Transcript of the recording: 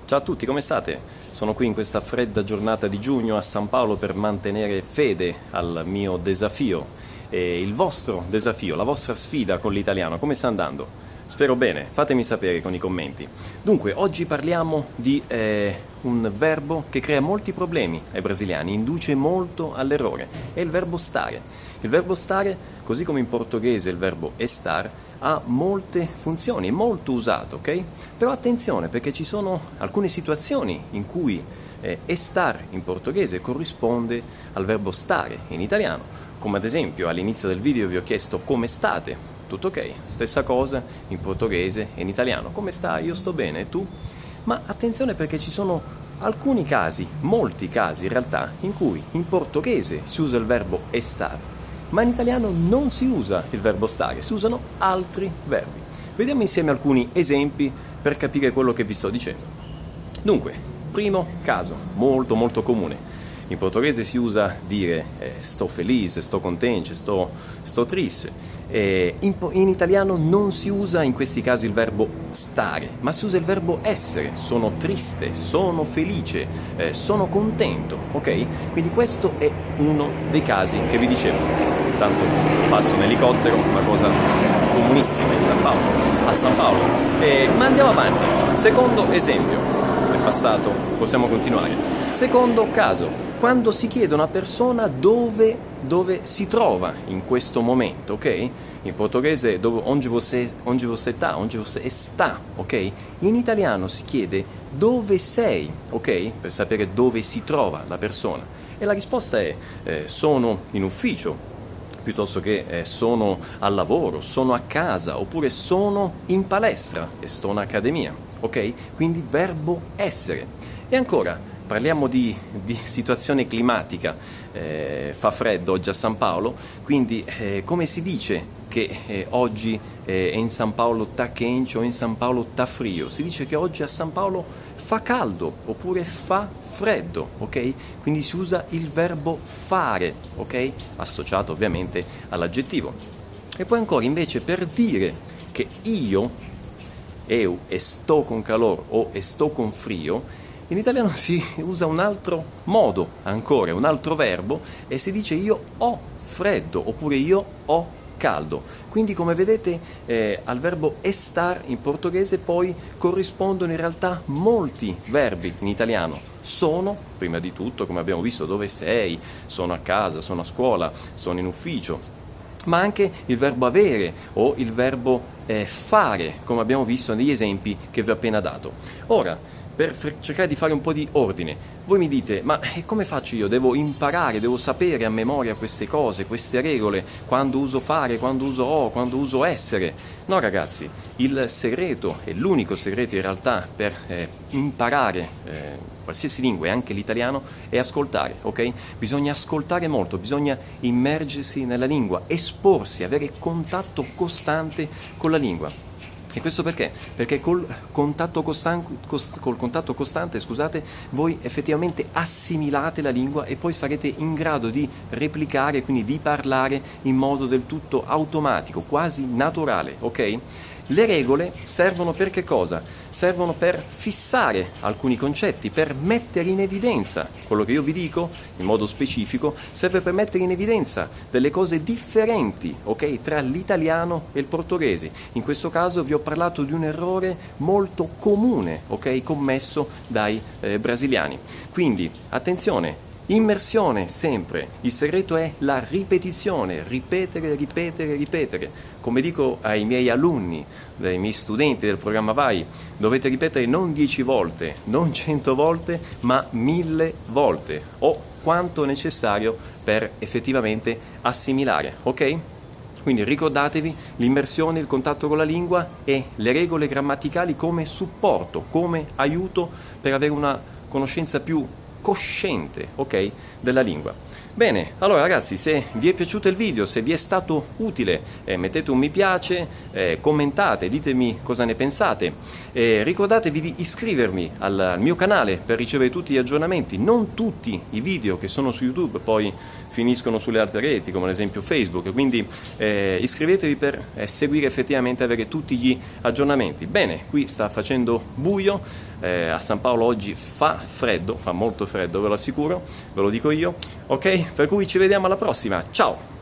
Ciao a tutti, come state? Sono qui in questa fredda giornata di giugno a San Paolo per mantenere fede al mio desafio e il vostro desafio, la vostra sfida con l'italiano. Come sta andando? Spero bene, fatemi sapere con i commenti. Dunque, oggi parliamo di un verbo che crea molti problemi ai brasiliani, induce molto all'errore, è il verbo stare. Il verbo stare, così come in portoghese il verbo estar, ha molte funzioni, è molto usato, ok? Però attenzione, perché ci sono alcune situazioni in cui estar in portoghese corrisponde al verbo stare in italiano, come ad esempio all'inizio del video vi ho chiesto come state, tutto ok, stessa cosa in portoghese e in italiano, come stai? Io sto bene, e tu? Ma attenzione perché ci sono alcuni casi, molti casi in realtà, in cui in portoghese si usa il verbo estar, ma in italiano non si usa il verbo stare, si usano altri verbi. Vediamo insieme alcuni esempi per capire quello che vi sto dicendo. Dunque, primo caso, molto comune. In portoghese si usa dire sto felice, sto contente, sto triste. In italiano non si usa in questi casi il verbo stare, ma si usa il verbo essere. Sono triste, sono felice, sono contento, ok? Quindi questo è uno dei casi che vi dicevo. Tanto passo in elicottero, una cosa comunissima a San Paolo. Ma andiamo avanti. Secondo esempio, è passato, possiamo continuare. Secondo caso, quando si chiede a una persona dove si trova in questo momento, ok? In portoghese onde você está, ok? In italiano si chiede dove sei, ok? Per sapere dove si trova la persona. E la risposta è sono in ufficio, piuttosto che sono al lavoro, sono a casa, oppure sono in palestra e sto in accademia, ok? Quindi verbo essere. E ancora, parliamo di situazione climatica, fa freddo oggi a San Paolo, quindi come si dice che oggi in San Paolo sta quente o in San Paolo sta frio? Si dice che oggi a San Paolo fa caldo oppure fa freddo, ok? Quindi si usa il verbo fare, ok? Associato ovviamente all'aggettivo. E poi ancora invece per dire che io sto con calore o sto con frio, in italiano si usa un altro modo ancora, un altro verbo, e si dice io ho freddo oppure io ho caldo. Quindi come vedete al verbo estar in portoghese poi corrispondono in realtà molti verbi in italiano. Sono, prima di tutto, come abbiamo visto, dove sei, sono a casa, sono a scuola, sono in ufficio, ma anche il verbo avere o il verbo fare, come abbiamo visto negli esempi che vi ho appena dato. Ora, per cercare di fare un po' di ordine, voi mi dite, ma come faccio io? Devo imparare, devo sapere a memoria queste cose, queste regole, quando uso fare, quando uso ho, quando uso essere? No ragazzi, il segreto, e l'unico segreto in realtà per imparare qualsiasi lingua e anche l'italiano è ascoltare, ok? Bisogna ascoltare molto, bisogna immergersi nella lingua, esporsi, avere contatto costante con la lingua. E questo perché? Perché col contatto costante, voi effettivamente assimilate la lingua e poi sarete in grado di replicare, quindi di parlare in modo del tutto automatico, quasi naturale, ok? Le regole servono per che cosa? Servono per fissare alcuni concetti, per mettere in evidenza quello che io vi dico in modo specifico, serve per mettere in evidenza delle cose differenti, ok, tra l'italiano e il portoghese. In questo caso vi ho parlato di un errore molto comune, ok, commesso dai brasiliani. Quindi, attenzione, immersione sempre, il segreto è la ripetizione, ripetere. Come dico ai miei alunni, ai miei studenti del programma Vai, dovete ripetere non 10 volte, non 100 volte, ma 1000 volte, o quanto necessario per effettivamente assimilare, ok? Quindi ricordatevi l'immersione, il contatto con la lingua e le regole grammaticali come supporto, come aiuto per avere una conoscenza più cosciente, ok, della lingua. Bene, allora ragazzi, se vi è piaciuto il video, se vi è stato utile, mettete un mi piace, commentate, ditemi cosa ne pensate, ricordatevi di iscrivervi al mio canale per ricevere tutti gli aggiornamenti. Non tutti i video che sono su YouTube poi finiscono sulle altre reti, come ad esempio Facebook, quindi iscrivetevi per seguire effettivamente e avere tutti gli aggiornamenti. Bene, qui sta facendo buio, a San Paolo oggi fa freddo, fa molto freddo, ve lo assicuro, ve lo dico io, ok? Per cui ci vediamo alla prossima, ciao!